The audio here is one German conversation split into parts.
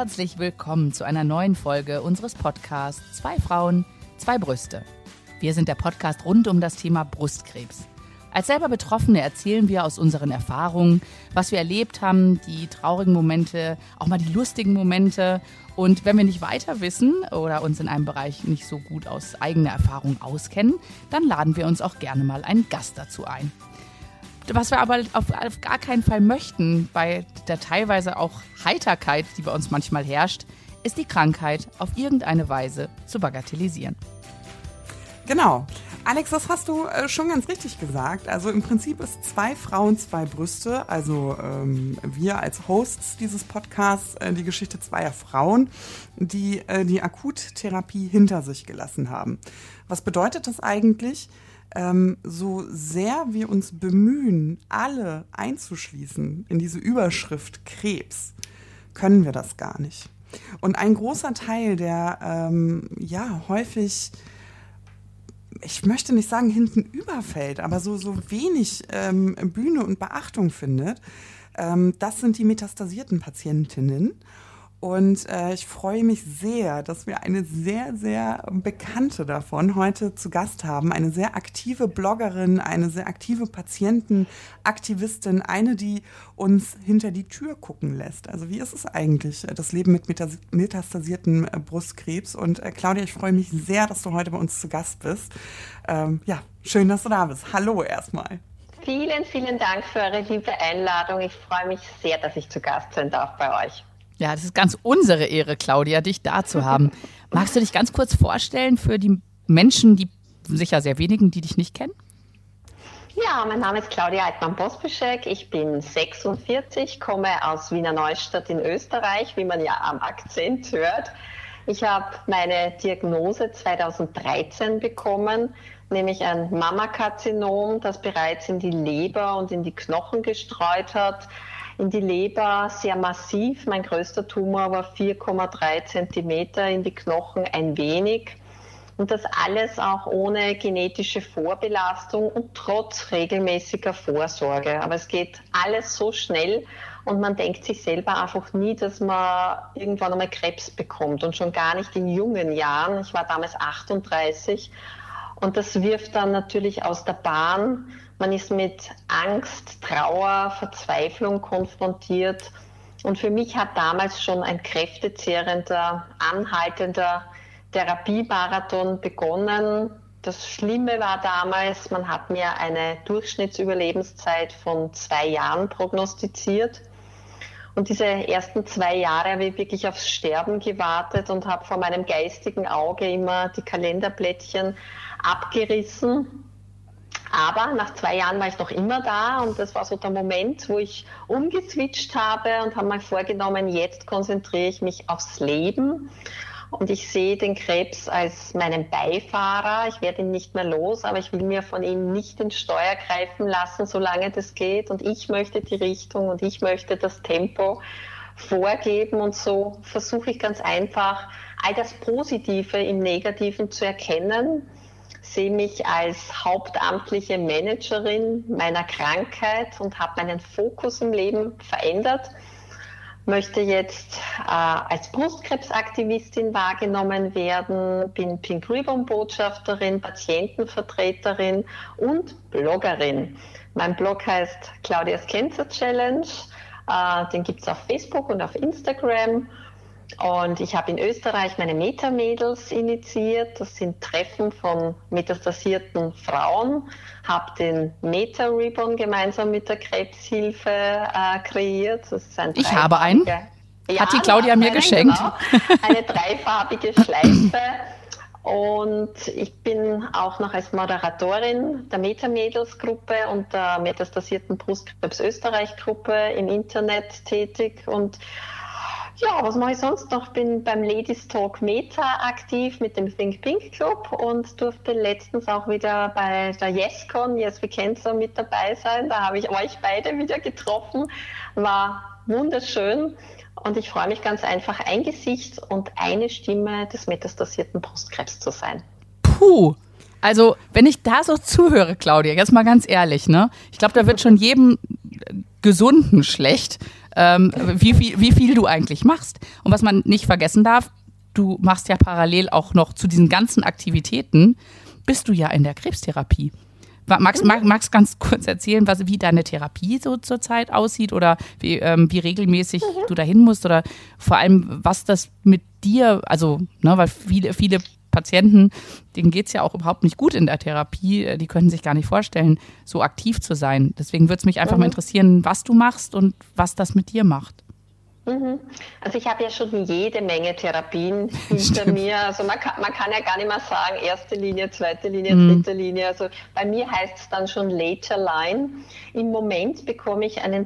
Herzlich willkommen zu einer neuen Folge unseres Podcasts Zwei Frauen, zwei Brüste. Wir sind der Podcast rund um das Thema Brustkrebs. Als selber Betroffene erzählen wir aus unseren Erfahrungen, was wir erlebt haben, die traurigen Momente, auch mal die lustigen Momente. Und wenn wir nicht weiter wissen oder uns in einem Bereich nicht so gut aus eigener Erfahrung auskennen, dann laden wir uns auch gerne mal einen Gast dazu ein. Was wir aber auf gar keinen Fall möchten, bei der teilweise auch Heiterkeit, die bei uns manchmal herrscht, ist die Krankheit auf irgendeine Weise zu bagatellisieren. Genau. Alex, das hast du schon ganz richtig gesagt. Also im Prinzip ist Zwei Frauen, zwei Brüste, also wir als Hosts dieses Podcasts, die Geschichte zweier Frauen, die die Akuttherapie hinter sich gelassen haben. Was bedeutet das eigentlich? So sehr wir uns bemühen, alle einzuschließen in diese Überschrift Krebs, können wir das gar nicht. Und ein großer Teil, der häufig, ich möchte nicht sagen hinten überfällt, aber so wenig Bühne und Beachtung findet, das sind die metastasierten Patientinnen. Und ich freue mich sehr, dass wir eine sehr, sehr bekannte davon heute zu Gast haben. Eine sehr aktive Bloggerin, eine sehr aktive Patientenaktivistin, eine, die uns hinter die Tür gucken lässt. Also wie ist es eigentlich, das Leben mit metastasierten Brustkrebs? Und Claudia, ich freue mich sehr, dass du heute bei uns zu Gast bist. Schön, dass du da bist. Hallo erstmal. Vielen, vielen Dank für eure liebe Einladung. Ich freue mich sehr, dass ich zu Gast sein darf bei euch. Ja, das ist ganz unsere Ehre, Claudia, dich da zu haben. Magst du dich ganz kurz vorstellen für die Menschen, die sicher sehr wenigen, die dich nicht kennen? Ja, mein Name ist Claudia Eitmann-Pospischek. Ich bin 46, komme aus Wiener Neustadt in Österreich, wie man ja am Akzent hört. Ich habe meine Diagnose 2013 bekommen, nämlich ein Mammakarzinom, das bereits in die Leber und in die Knochen gestreut hat. In die Leber sehr massiv, mein größter Tumor war 4,3 Zentimeter, in die Knochen ein wenig. Und das alles auch ohne genetische Vorbelastung und trotz regelmäßiger Vorsorge. Aber es geht alles so schnell und man denkt sich selber einfach nie, dass man irgendwann einmal Krebs bekommt und schon gar nicht in jungen Jahren. Ich war damals 38 und das wirft dann natürlich aus der Bahn. Man ist mit Angst, Trauer, Verzweiflung konfrontiert. Und für mich hat damals schon ein kräftezehrender, anhaltender Therapiemarathon begonnen. Das Schlimme war damals, man hat mir eine Durchschnittsüberlebenszeit von 2 Jahren prognostiziert. Und diese ersten 2 Jahre habe ich wirklich aufs Sterben gewartet und habe vor meinem geistigen Auge immer die Kalenderblättchen abgerissen. Aber nach 2 Jahren war ich noch immer da und das war so der Moment, wo ich umgeswitcht habe und habe mir vorgenommen, jetzt konzentriere ich mich aufs Leben. Und ich sehe den Krebs als meinen Beifahrer. Ich werde ihn nicht mehr los, aber ich will mir von ihm nicht ins Steuer greifen lassen, solange das geht. Und ich möchte die Richtung und ich möchte das Tempo vorgeben. Und so versuche ich ganz einfach, all das Positive im Negativen zu erkennen. Sehe mich als hauptamtliche Managerin meiner Krankheit und habe meinen Fokus im Leben verändert. Möchte jetzt als Brustkrebsaktivistin wahrgenommen werden, bin Pink Ribbon Botschafterin, Patientenvertreterin und Bloggerin. Mein Blog heißt Claudia's Cancer Challenge, den gibt es auf Facebook und auf Instagram. Und ich habe in Österreich meine Meta-Mädels initiiert. Das sind Treffen von metastasierten Frauen. Habe den Meta-Ribbon gemeinsam mit der Krebshilfe kreiert. Das ist ein ich habe einen. Ja, hat die Claudia mir geschenkt. Genau, eine dreifarbige Schleife. Und ich bin auch noch als Moderatorin der Meta-Mädels-Gruppe und der metastasierten Brustkrebs Österreich-Gruppe im Internet tätig. Und ja, was mache ich sonst noch? Bin beim Ladies Talk Meta aktiv mit dem Think Pink Club und durfte letztens auch wieder bei der YesCon, Yes We Cancer, mit dabei sein. Da habe ich euch beide wieder getroffen. War wunderschön und ich freue mich ganz einfach, ein Gesicht und eine Stimme des metastasierten Brustkrebs zu sein. Puh! Also, wenn ich da so zuhöre, Claudia, jetzt mal ganz ehrlich, ne? Ich glaube, da wird schon jedem Gesunden schlecht. wie viel du eigentlich machst. Und was man nicht vergessen darf, du machst ja parallel auch noch zu diesen ganzen Aktivitäten, bist du ja in der Krebstherapie. Magst du ganz kurz erzählen, wie deine Therapie so zurzeit aussieht oder wie regelmäßig du dahin musst oder vor allem, was das mit dir, also, ne, weil viele Patienten, denen geht es ja auch überhaupt nicht gut in der Therapie, die können sich gar nicht vorstellen, so aktiv zu sein. Deswegen würde es mich einfach mal interessieren, was du machst und was das mit dir macht. Also ich habe ja schon jede Menge Therapien hinter mir. Also man kann ja gar nicht mehr sagen, erste Linie, zweite Linie, dritte Linie. Also bei mir heißt es dann schon Later Line. Im Moment bekomme ich einen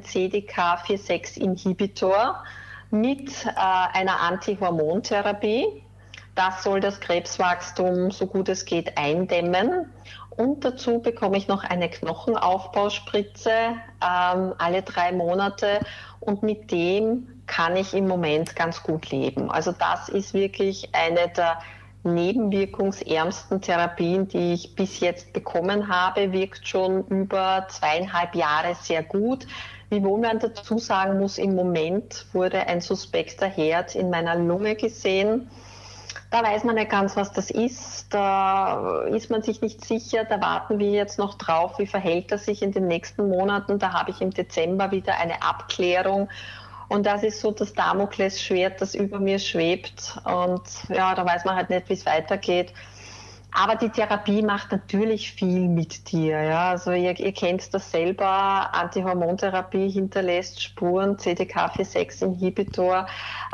CDK4/6-Inhibitor mit einer Antihormontherapie. Das soll das Krebswachstum so gut es geht eindämmen. Und dazu bekomme ich noch eine Knochenaufbauspritze alle 3 Monate und mit dem kann ich im Moment ganz gut leben. Also das ist wirklich eine der nebenwirkungsärmsten Therapien, die ich bis jetzt bekommen habe, wirkt schon über 2,5 Jahre sehr gut. Wiewohl man dazu sagen muss, im Moment wurde ein suspekter Herd in meiner Lunge gesehen. Da weiß man nicht ganz, was das ist. Da ist man sich nicht sicher. Da warten wir jetzt noch drauf, wie verhält er sich in den nächsten Monaten. Da habe ich im Dezember wieder eine Abklärung. Und das ist so das Damoklesschwert, das über mir schwebt. Und ja, da weiß man halt nicht, wie es weitergeht. Aber die Therapie macht natürlich viel mit dir. Ja? Also ihr kennt das selber, Antihormontherapie hinterlässt Spuren, CDK4/6-Inhibitor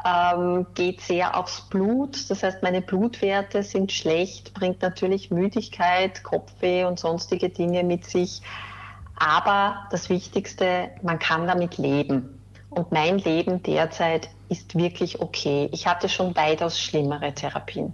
geht sehr aufs Blut. Das heißt, meine Blutwerte sind schlecht, bringt natürlich Müdigkeit, Kopfweh und sonstige Dinge mit sich. Aber das Wichtigste, man kann damit leben. Und mein Leben derzeit ist wirklich okay. Ich hatte schon weitaus schlimmere Therapien.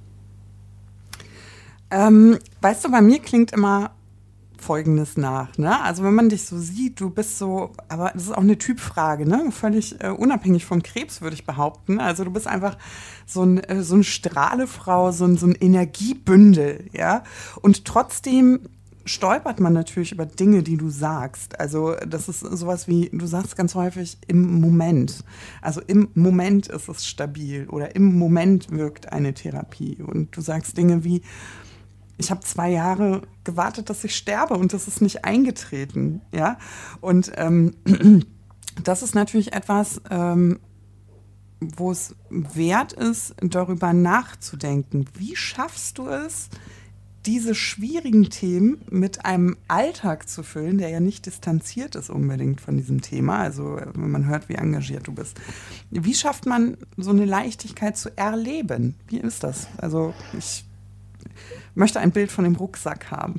Weißt du, bei mir klingt immer Folgendes nach, ne? Also wenn man dich so sieht, du bist so, aber das ist auch eine Typfrage, ne? Völlig unabhängig vom Krebs, würde ich behaupten. Also du bist einfach so eine Strahlefrau, so ein Energiebündel, ja? Und trotzdem stolpert man natürlich über Dinge, die du sagst. Also das ist sowas wie, du sagst ganz häufig im Moment. Also im Moment ist es stabil oder im Moment wirkt eine Therapie. Und du sagst Dinge wie, ich habe 2 Jahre gewartet, dass ich sterbe und das ist nicht eingetreten. Ja? Und das ist natürlich etwas, wo es wert ist, darüber nachzudenken. Wie schaffst du es, diese schwierigen Themen mit einem Alltag zu füllen, der ja nicht distanziert ist unbedingt von diesem Thema, also wenn man hört, wie engagiert du bist. Wie schafft man so eine Leichtigkeit zu erleben? Wie ist das? Also ich möchte ein Bild von dem Rucksack haben.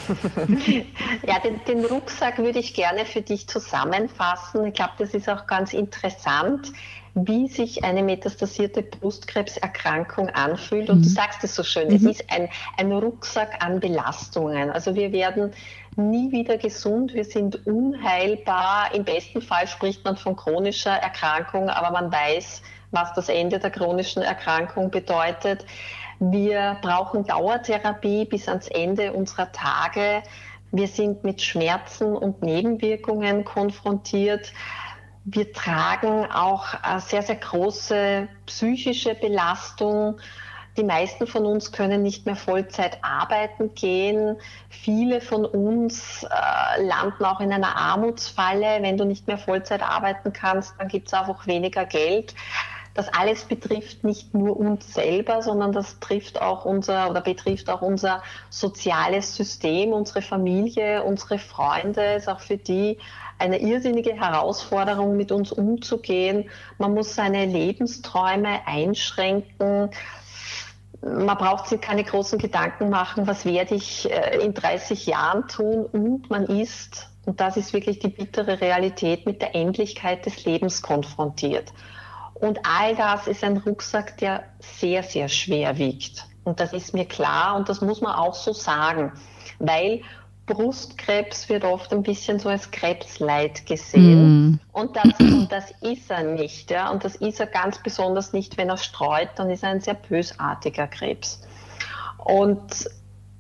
Ja, den Rucksack würde ich gerne für dich zusammenfassen. Ich glaube, das ist auch ganz interessant, wie sich eine metastasierte Brustkrebserkrankung anfühlt. Und du sagst es so schön, es ist ein Rucksack an Belastungen. Also wir werden nie wieder gesund, wir sind unheilbar. Im besten Fall spricht man von chronischer Erkrankung, aber man weiß, was das Ende der chronischen Erkrankung bedeutet. Wir brauchen Dauertherapie bis ans Ende unserer Tage. Wir sind mit Schmerzen und Nebenwirkungen konfrontiert. Wir tragen auch eine sehr, sehr große psychische Belastung. Die meisten von uns können nicht mehr Vollzeit arbeiten gehen. Viele von uns landen auch in einer Armutsfalle. Wenn du nicht mehr Vollzeit arbeiten kannst, dann gibt es einfach weniger Geld. Das alles betrifft nicht nur uns selber, sondern das betrifft auch unser soziales System, unsere Familie, unsere Freunde. Es ist auch für die eine irrsinnige Herausforderung, mit uns umzugehen. Man muss seine Lebensträume einschränken. Man braucht sich keine großen Gedanken machen, was werde ich in 30 Jahren tun. Und man ist, und das ist wirklich die bittere Realität, mit der Endlichkeit des Lebens konfrontiert. Und all das ist ein Rucksack, der sehr, sehr schwer wiegt. Und das ist mir klar und das muss man auch so sagen, weil Brustkrebs wird oft ein bisschen so als Krebsleid gesehen. Und das ist er nicht. Ja? Und das ist er ganz besonders nicht, wenn er streut, dann ist er ein sehr bösartiger Krebs. Und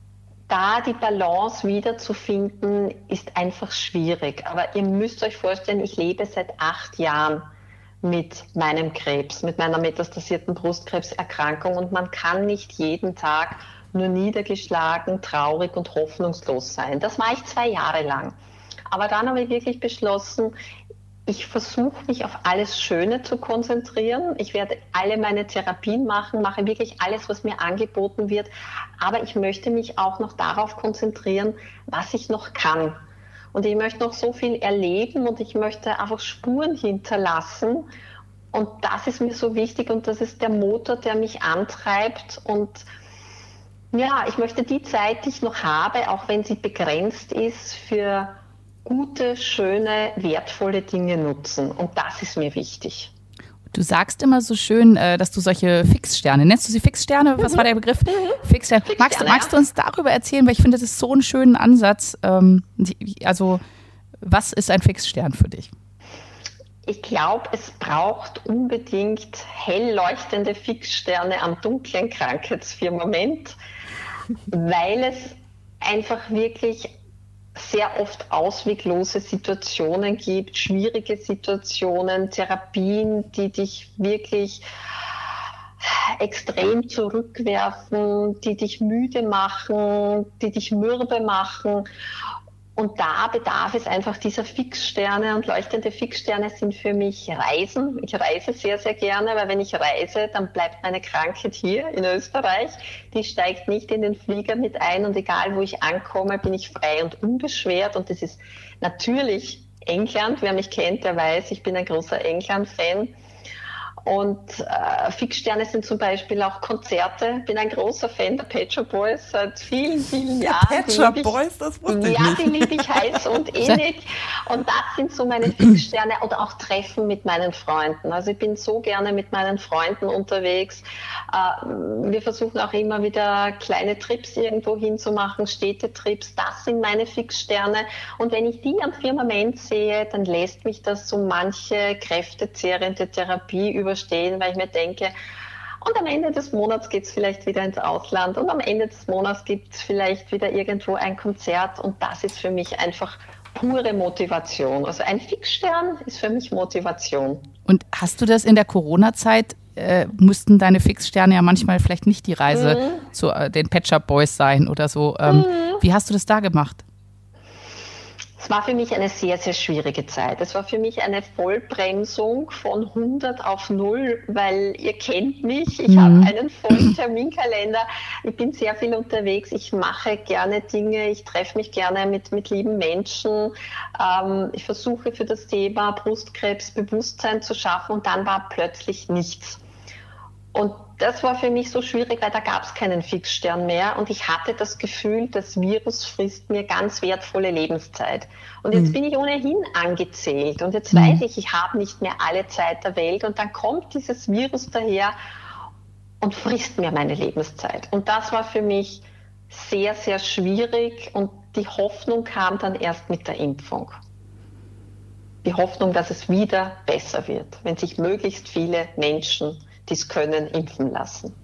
da die Balance wiederzufinden, ist einfach schwierig. Aber ihr müsst euch vorstellen, ich lebe seit 8 Jahren mit meinem Krebs, mit meiner metastasierten Brustkrebserkrankung, und man kann nicht jeden Tag nur niedergeschlagen, traurig und hoffnungslos sein. Das war ich 2 Jahre lang. Aber dann habe ich wirklich beschlossen, ich versuche mich auf alles Schöne zu konzentrieren. Ich werde alle meine Therapien machen, mache wirklich alles, was mir angeboten wird. Aber ich möchte mich auch noch darauf konzentrieren, was ich noch kann. Und ich möchte noch so viel erleben und ich möchte einfach Spuren hinterlassen. Und das ist mir so wichtig und das ist der Motor, der mich antreibt. Und ja, ich möchte die Zeit, die ich noch habe, auch wenn sie begrenzt ist, für gute, schöne, wertvolle Dinge nutzen. Und das ist mir wichtig. Du sagst immer so schön, dass du solche Fixsterne, nennst du sie Fixsterne? Was war der Begriff? Fixsterne. Magst du uns darüber erzählen? Weil ich finde, das ist so einen schönen Ansatz. Also, was ist ein Fixstern für dich? Ich glaube, es braucht unbedingt hell leuchtende Fixsterne am dunklen Krankheitsfirmament, weil es einfach wirklich sehr oft ausweglose Situationen gibt, schwierige Situationen, Therapien, die dich wirklich extrem zurückwerfen, die dich müde machen, die dich mürbe machen. Und da bedarf es einfach dieser Fixsterne, und leuchtende Fixsterne sind für mich Reisen. Ich reise sehr, sehr gerne, weil wenn ich reise, dann bleibt meine Krankheit hier in Österreich. Die steigt nicht in den Flieger mit ein, und egal wo ich ankomme, bin ich frei und unbeschwert. Und das ist natürlich England. Wer mich kennt, der weiß, ich bin ein großer England-Fan. Und Fixsterne sind zum Beispiel auch Konzerte. Ich bin ein großer Fan der Pet Shop Boys seit vielen, vielen Jahren. Pet Shop Boys, das wusste ich nicht. Ja, die liebe ich heiß und innig. Und das sind so meine Fixsterne. Oder auch Treffen mit meinen Freunden. Also ich bin so gerne mit meinen Freunden unterwegs. Wir versuchen auch immer wieder kleine Trips irgendwo hinzumachen, Städtetrips. Das sind meine Fixsterne. Und wenn ich die am Firmament sehe, dann lässt mich das so manche kräftezehrende Therapie überstehen, weil ich mir denke, und am Ende des Monats geht es vielleicht wieder ins Ausland und am Ende des Monats gibt es vielleicht wieder irgendwo ein Konzert, und das ist für mich einfach pure Motivation. Also ein Fixstern ist für mich Motivation. Und hast du das in der Corona-Zeit, mussten deine Fixsterne ja manchmal vielleicht nicht die Reise zu den Pet Shop Boys sein oder so. Wie hast du das da gemacht? Es war für mich eine sehr, sehr schwierige Zeit. Es war für mich eine Vollbremsung von 100 auf 0, weil ihr kennt mich, ich habe einen vollen Terminkalender, ich bin sehr viel unterwegs, ich mache gerne Dinge, ich treffe mich gerne mit lieben Menschen, ich versuche für das Thema Brustkrebs Bewusstsein zu schaffen, und dann war plötzlich nichts. Und das war für mich so schwierig, weil da gab es keinen Fixstern mehr, und ich hatte das Gefühl, das Virus frisst mir ganz wertvolle Lebenszeit. Und jetzt bin ich ohnehin angezählt, und jetzt weiß ich habe nicht mehr alle Zeit der Welt, und dann kommt dieses Virus daher und frisst mir meine Lebenszeit. Und das war für mich sehr, sehr schwierig, und die Hoffnung kam dann erst mit der Impfung. Die Hoffnung, dass es wieder besser wird, wenn sich möglichst viele Menschen, die es können, impfen lassen.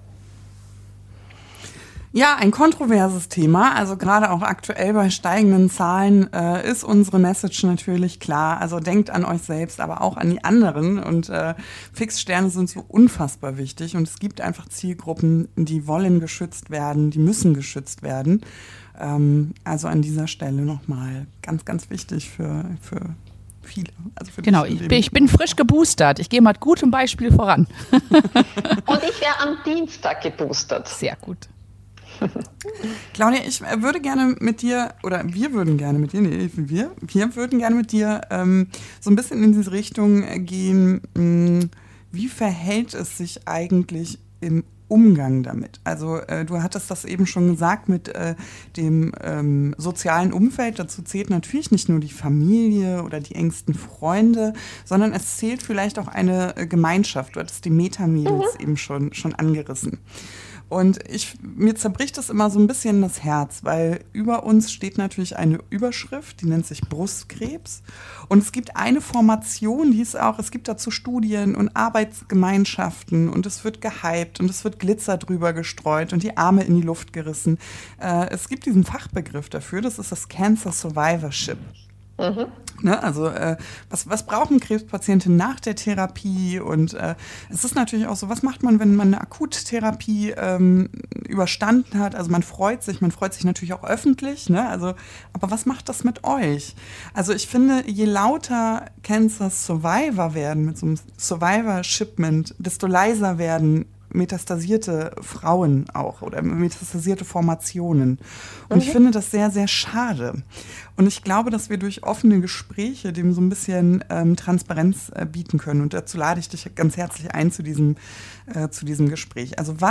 Ja, ein kontroverses Thema. Also gerade auch aktuell bei steigenden Zahlen ist unsere Message natürlich klar. Also denkt an euch selbst, aber auch an die anderen. Und Fixsterne sind so unfassbar wichtig. Und es gibt einfach Zielgruppen, die wollen geschützt werden, die müssen geschützt werden. Also an dieser Stelle nochmal ganz, ganz wichtig für viele. Also für genau, ich bin frisch geboostert. Ich gehe mit gutem Beispiel voran. Und ich wäre am Dienstag geboostert. Sehr gut. Claudia, ich würde gerne mit dir, oder wir würden gerne mit dir, wir würden gerne mit dir so ein bisschen in diese Richtung gehen, wie verhält es sich eigentlich im Umgang damit? Also du hattest das eben schon gesagt mit dem sozialen Umfeld. Dazu zählt natürlich nicht nur die Familie oder die engsten Freunde, sondern es zählt vielleicht auch eine Gemeinschaft. Du hattest die Meta-Mädels eben schon angerissen. Und mir zerbricht es immer so ein bisschen das Herz, weil über uns steht natürlich eine Überschrift, die nennt sich Brustkrebs. Und es gibt eine Formation, es gibt dazu Studien und Arbeitsgemeinschaften und es wird gehypt und es wird Glitzer drüber gestreut und die Arme in die Luft gerissen. Es gibt diesen Fachbegriff dafür, das ist das Cancer Survivorship. Mhm. Ne, also was brauchen Krebspatienten nach der Therapie? Und es ist natürlich auch so, was macht man, wenn man eine Akuttherapie überstanden hat? Also man freut sich natürlich auch öffentlich, ne? Also, aber was macht das mit euch? Also ich finde, je lauter Cancer Survivor werden mit so einem Survivor-Shipment, desto leiser werden metastasierte Frauen auch oder metastasierte Formationen. Und ich finde das sehr, sehr schade. Und ich glaube, dass wir durch offene Gespräche dem so ein bisschen Transparenz bieten können. Und dazu lade ich dich ganz herzlich ein zu diesem Gespräch. Also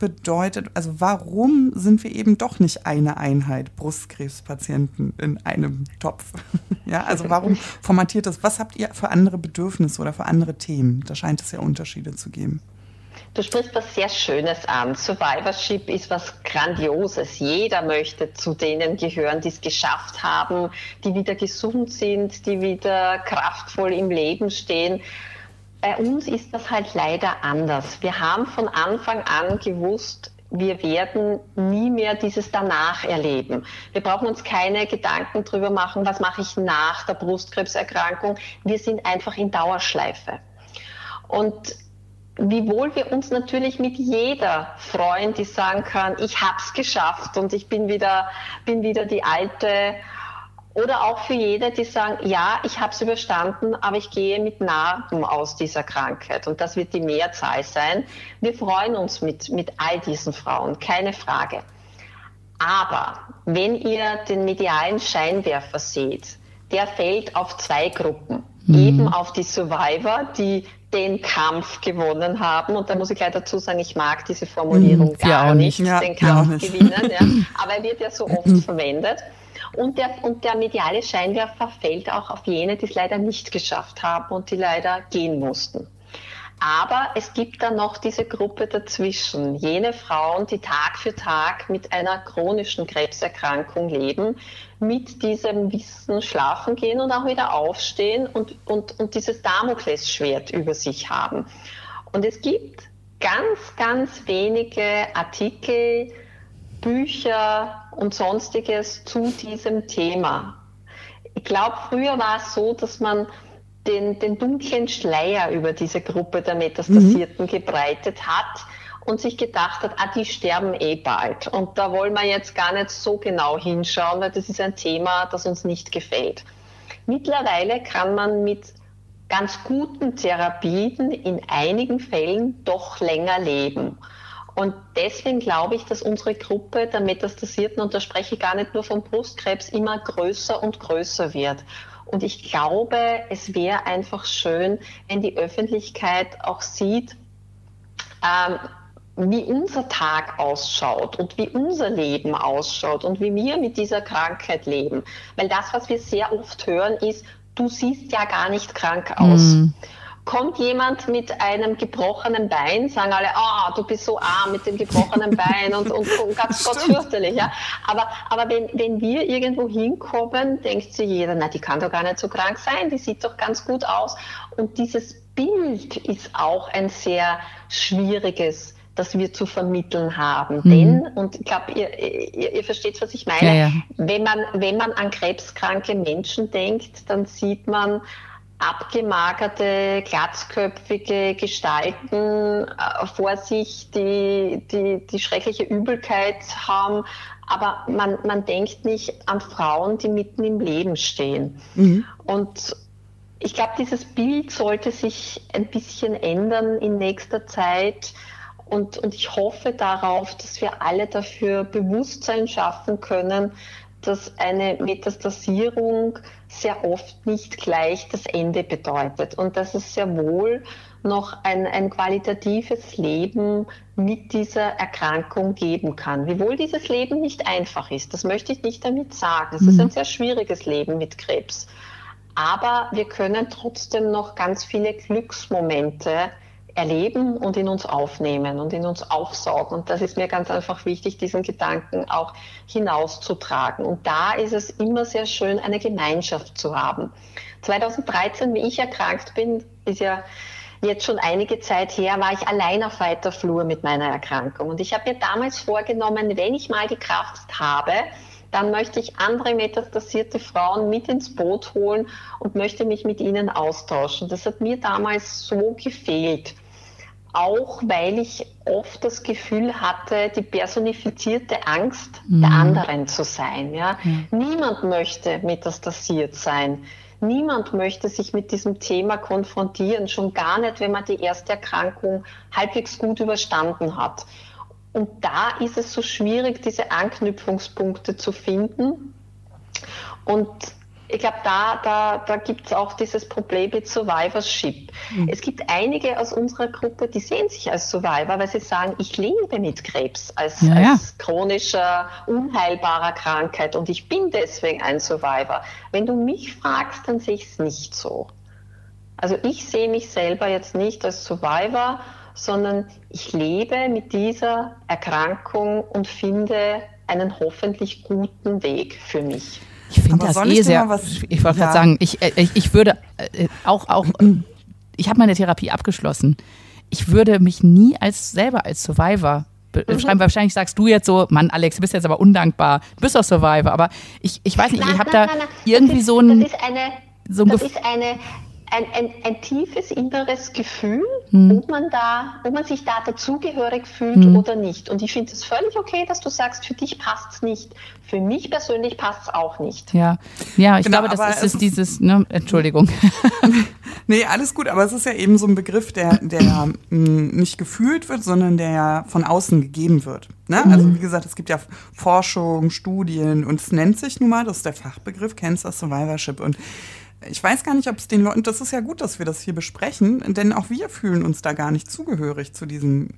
warum sind wir eben doch nicht eine Einheit Brustkrebspatienten in einem Topf? Ja, also warum formatiert das? Was habt ihr für andere Bedürfnisse oder für andere Themen? Da scheint es ja Unterschiede zu geben. Du sprichst was sehr Schönes an. Survivorship ist was Grandioses. Jeder möchte zu denen gehören, die es geschafft haben, die wieder gesund sind, die wieder kraftvoll im Leben stehen. Bei uns ist das halt leider anders. Wir haben von Anfang an gewusst, wir werden nie mehr dieses Danach erleben. Wir brauchen uns keine Gedanken drüber machen, was mache ich nach der Brustkrebserkrankung. Wir sind einfach in Dauerschleife. Und wiewohl wir uns natürlich mit jeder freuen, die sagen kann, ich hab's geschafft und ich bin wieder die Alte. Oder auch für jede, die sagen, ja, ich hab's überstanden, aber ich gehe mit Narben aus dieser Krankheit. Und das wird die Mehrzahl sein. Wir freuen uns mit all diesen Frauen, keine Frage. Aber wenn ihr den medialen Scheinwerfer seht, der fällt auf zwei Gruppen. Eben auf die Survivor, die den Kampf gewonnen haben. Und da muss ich gleich dazu sagen, ich mag diese Formulierung gar nicht, den Kampf gewinnen. Ja. Aber er wird ja so oft verwendet. Und der mediale Scheinwerfer fällt auch auf jene, die es leider nicht geschafft haben und die leider gehen mussten. Aber es gibt dann noch diese Gruppe dazwischen, jene Frauen, die Tag für Tag mit einer chronischen Krebserkrankung leben, mit diesem Wissen schlafen gehen und auch wieder aufstehen und dieses Damoklesschwert über sich haben. Und es gibt ganz, ganz wenige Artikel, Bücher und Sonstiges zu diesem Thema. Ich glaube, früher war es so, dass man den dunklen Schleier über diese Gruppe der Metastasierten gebreitet hat und sich gedacht hat, die sterben bald. Und da wollen wir jetzt gar nicht so genau hinschauen, weil das ist ein Thema, das uns nicht gefällt. Mittlerweile kann man mit ganz guten Therapien in einigen Fällen doch länger leben. Und deswegen glaube ich, dass unsere Gruppe der Metastasierten, und da spreche ich gar nicht nur vom Brustkrebs, immer größer und größer wird. Und ich glaube, es wäre einfach schön, wenn die Öffentlichkeit auch sieht, wie unser Tag ausschaut und wie unser Leben ausschaut und wie wir mit dieser Krankheit leben. Weil das, was wir sehr oft hören, ist, du siehst ja gar nicht krank aus. Kommt jemand mit einem gebrochenen Bein, sagen alle, du bist so arm mit dem gebrochenen Bein und ganz Gott fürchterlich. Ja? Aber wenn wir irgendwo hinkommen, denkt sich jeder, die kann doch gar nicht so krank sein, die sieht doch ganz gut aus. Und dieses Bild ist auch ein sehr schwieriges, das wir zu vermitteln haben. Denn, und ich glaube, ihr versteht, was ich meine, wenn man an krebskranke Menschen denkt, dann sieht man abgemagerte, glatzköpfige Gestalten vor sich, die schreckliche Übelkeit haben. Aber man denkt nicht an Frauen, die mitten im Leben stehen. Und ich glaube, dieses Bild sollte sich ein bisschen ändern in nächster Zeit. Und ich hoffe darauf, dass wir alle dafür Bewusstsein schaffen können, dass eine Metastasierung sehr oft nicht gleich das Ende bedeutet und dass es sehr wohl noch ein qualitatives Leben mit dieser Erkrankung geben kann. Wiewohl dieses Leben nicht einfach ist, das möchte ich nicht damit sagen. Es ist ein sehr schwieriges Leben mit Krebs. Aber wir können trotzdem noch ganz viele Glücksmomente erleben und in uns aufnehmen und in uns aufsaugen. Und das ist mir ganz einfach wichtig, diesen Gedanken auch hinauszutragen. Und da ist es immer sehr schön, eine Gemeinschaft zu haben. 2013, wie ich erkrankt bin, ist ja jetzt schon einige Zeit her, war ich allein auf weiter Flur mit meiner Erkrankung. Und ich habe mir damals vorgenommen, wenn ich mal die Kraft habe, dann möchte ich andere metastasierte Frauen mit ins Boot holen und möchte mich mit ihnen austauschen. Das hat mir damals so gefehlt. Auch weil ich oft das Gefühl hatte, die personifizierte Angst der anderen zu sein. Ja? Niemand möchte metastasiert sein. Niemand möchte sich mit diesem Thema konfrontieren, schon gar nicht, wenn man die erste Erkrankung halbwegs gut überstanden hat. Und da ist es so schwierig, diese Anknüpfungspunkte zu finden. Und ich glaube, da gibt es auch dieses Problem mit Survivorship. Es gibt einige aus unserer Gruppe, die sehen sich als Survivor, weil sie sagen, ich lebe mit Krebs als chronischer, unheilbarer Krankheit und ich bin deswegen ein Survivor. Wenn du mich fragst, dann sehe ich es nicht so. Also ich sehe mich selber jetzt nicht als Survivor, sondern ich lebe mit dieser Erkrankung und finde einen hoffentlich guten Weg für mich. Ich finde das sehr, ich wollte gerade sagen, ich würde auch, ich habe meine Therapie abgeschlossen. Ich würde mich nie selber als Survivor beschreiben. Wahrscheinlich sagst du jetzt so, Mann, Alex, du bist jetzt aber undankbar. Du bist doch Survivor. Aber ich weiß nicht, ich habe da irgendwie so ein... Das ist ein tiefes inneres Gefühl, ob man sich da dazugehörig fühlt oder nicht. Und ich finde es völlig okay, dass du sagst, für dich passt es nicht. Für mich persönlich passt es auch nicht. Ja, ich glaube, das ist dieses, ne, Entschuldigung. Nee, alles gut, aber es ist ja eben so ein Begriff, der nicht gefühlt wird, sondern der ja von außen gegeben wird. Ne? Also wie gesagt, es gibt ja Forschung, Studien und es nennt sich nun mal, das ist der Fachbegriff, Cancer Survivorship. Und ich weiß gar nicht, ob es den Leuten, das ist ja gut, dass wir das hier besprechen, denn auch wir fühlen uns da gar nicht zugehörig zu diesem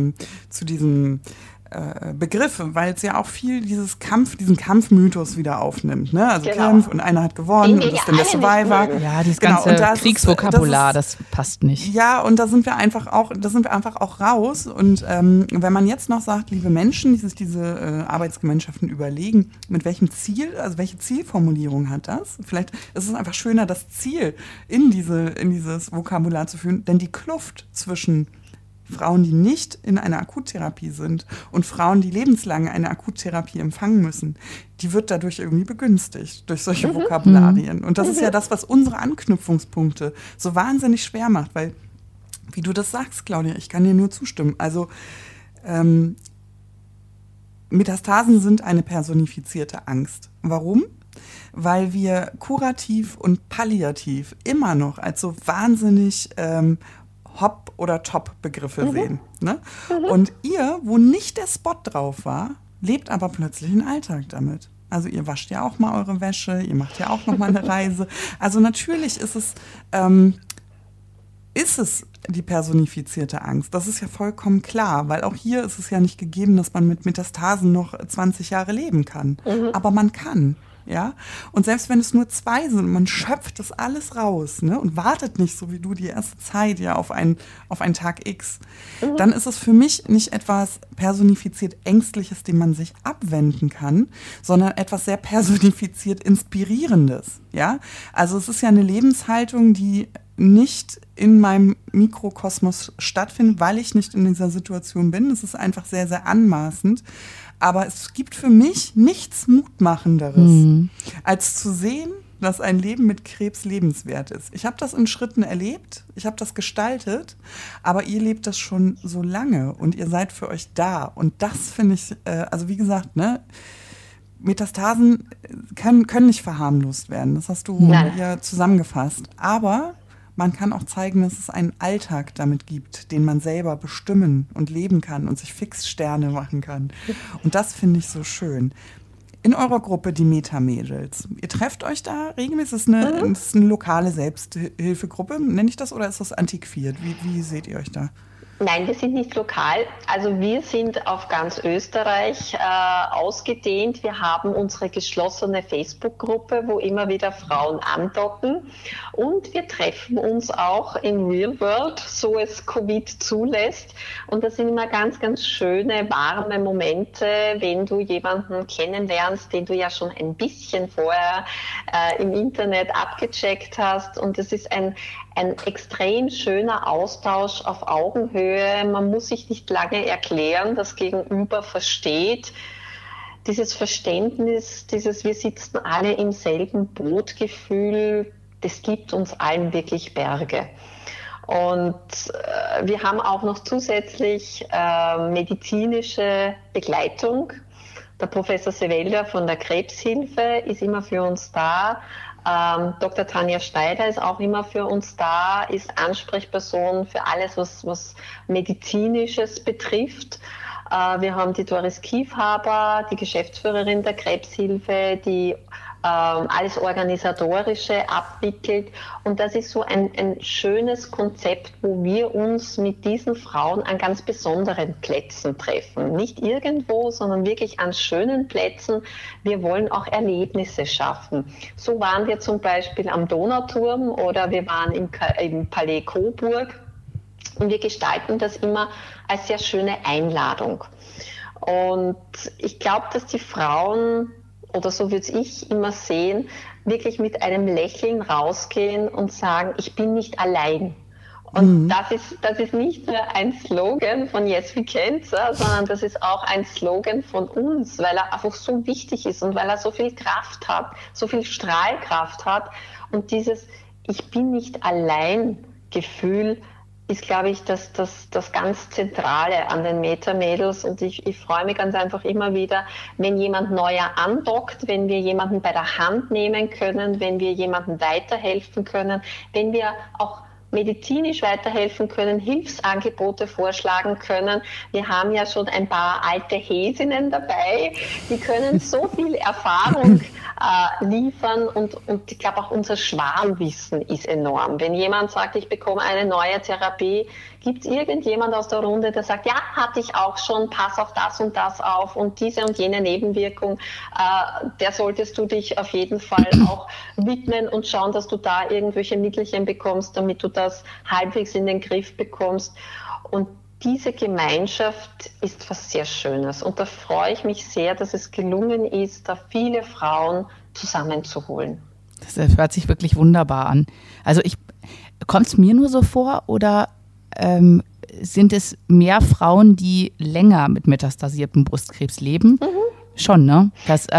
Begriff, weil es ja auch viel diesen Kampfmythos wieder aufnimmt. Ne? Also Kampf und einer hat gewonnen und ist dann der Survivor. Ja, dieses ganze Kriegsvokabular, das passt nicht. Ja, und da sind wir einfach auch raus. Und wenn man jetzt noch sagt, liebe Menschen, die sich diese Arbeitsgemeinschaften überlegen, mit welchem Ziel, also welche Zielformulierung hat das? Vielleicht ist es einfach schöner, das Ziel in dieses Vokabular zu führen, denn die Kluft zwischen Frauen, die nicht in einer Akuttherapie sind und Frauen, die lebenslang eine Akuttherapie empfangen müssen, die wird dadurch irgendwie begünstigt durch solche Vokabularien. Und das ist ja das, was unsere Anknüpfungspunkte so wahnsinnig schwer macht, weil, wie du das sagst, Claudia, ich kann dir nur zustimmen. Also Metastasen sind eine personifizierte Angst. Warum? Weil wir kurativ und palliativ immer noch als so wahnsinnig Hop- oder Top-Begriffe sehen. Ne? Und ihr, wo nicht der Spot drauf war, lebt aber plötzlich einen Alltag damit. Also ihr wascht ja auch mal eure Wäsche, ihr macht ja auch noch mal eine Reise. Also natürlich ist es die personifizierte Angst. Das ist ja vollkommen klar, weil auch hier ist es ja nicht gegeben, dass man mit Metastasen noch 20 Jahre leben kann. Aber man kann. Ja? Und selbst wenn es nur 2 sind, man schöpft das alles raus, ne? Und wartet nicht, so wie du, die erste Zeit ja auf einen Tag X, dann ist es für mich nicht etwas personifiziert Ängstliches, dem man sich abwenden kann, sondern etwas sehr personifiziert Inspirierendes. Ja? Also es ist ja eine Lebenshaltung, die nicht in meinem Mikrokosmos stattfindet, weil ich nicht in dieser Situation bin. Es ist einfach sehr, sehr anmaßend. Aber es gibt für mich nichts Mutmachenderes, als zu sehen, dass ein Leben mit Krebs lebenswert ist. Ich habe das in Schritten erlebt, ich habe das gestaltet, aber ihr lebt das schon so lange und ihr seid für euch da. Und das finde ich, also wie gesagt, ne, Metastasen können nicht verharmlost werden. Das hast du ja zusammengefasst. Aber man kann auch zeigen, dass es einen Alltag damit gibt, den man selber bestimmen und leben kann und sich Fixsterne machen kann. Und das finde ich so schön. In eurer Gruppe, die Meta-Mädels, ihr trefft euch da regelmäßig? Ist es eine lokale Selbsthilfegruppe, nenne ich das, oder ist das antiquiert? Wie seht ihr euch da? Nein, wir sind nicht lokal. Also wir sind auf ganz Österreich ausgedehnt. Wir haben unsere geschlossene Facebook-Gruppe, wo immer wieder Frauen andocken. Und wir treffen uns auch in Real World, so es Covid zulässt. Und das sind immer ganz, ganz schöne, warme Momente, wenn du jemanden kennenlernst, den du ja schon ein bisschen vorher im Internet abgecheckt hast. Und das ist ein extrem schöner Austausch auf Augenhöhe. Man muss sich nicht lange erklären, das Gegenüber versteht. Dieses Verständnis, dieses wir sitzen alle im selben Boot-Gefühl, das gibt uns allen wirklich Berge. Und wir haben auch noch zusätzlich medizinische Begleitung. Der Professor Sewelda von der Krebshilfe ist immer für uns da. Dr. Tanja Schneider ist auch immer für uns da, ist Ansprechperson für alles, was Medizinisches betrifft. Wir haben die Doris Kiefhaber, die Geschäftsführerin der Krebshilfe, die alles Organisatorische abwickelt. Und das ist so ein schönes Konzept, wo wir uns mit diesen Frauen an ganz besonderen Plätzen treffen. Nicht irgendwo, sondern wirklich an schönen Plätzen. Wir wollen auch Erlebnisse schaffen. So waren wir zum Beispiel am Donauturm oder wir waren im Palais Coburg. Und wir gestalten das immer als sehr schöne Einladung. Und ich glaube, dass die Frauen, oder so würde ich immer sehen, wirklich mit einem Lächeln rausgehen und sagen, ich bin nicht allein. Und das ist nicht nur ein Slogan von Yes We Cancer, sondern das ist auch ein Slogan von uns, weil er einfach so wichtig ist und weil er so viel Kraft hat, so viel Strahlkraft hat. Und dieses Ich bin nicht allein Gefühl ist, glaube ich, das ganz Zentrale an den Meta-Mädels. Und ich freue mich ganz einfach immer wieder, wenn jemand neuer andockt, wenn wir jemanden bei der Hand nehmen können, wenn wir jemandem weiterhelfen können, wenn wir auch medizinisch weiterhelfen können, Hilfsangebote vorschlagen können. Wir haben ja schon ein paar alte Häsinnen dabei, die können so viel Erfahrung liefern und ich glaube auch unser Schwarmwissen ist enorm. Wenn jemand sagt, ich bekomme eine neue Therapie, gibt es irgendjemand aus der Runde, der sagt, ja, hatte ich auch schon, pass auf das und das auf und diese und jene Nebenwirkung, der solltest du dich auf jeden Fall auch widmen und schauen, dass du da irgendwelche Mittelchen bekommst, damit du das halbwegs in den Griff bekommst. Und diese Gemeinschaft ist was sehr Schönes. Und da freue ich mich sehr, dass es gelungen ist, da viele Frauen zusammenzuholen. Das hört sich wirklich wunderbar an. Also kommt es mir nur so vor oder sind es mehr Frauen, die länger mit metastasiertem Brustkrebs leben? Schon, ne?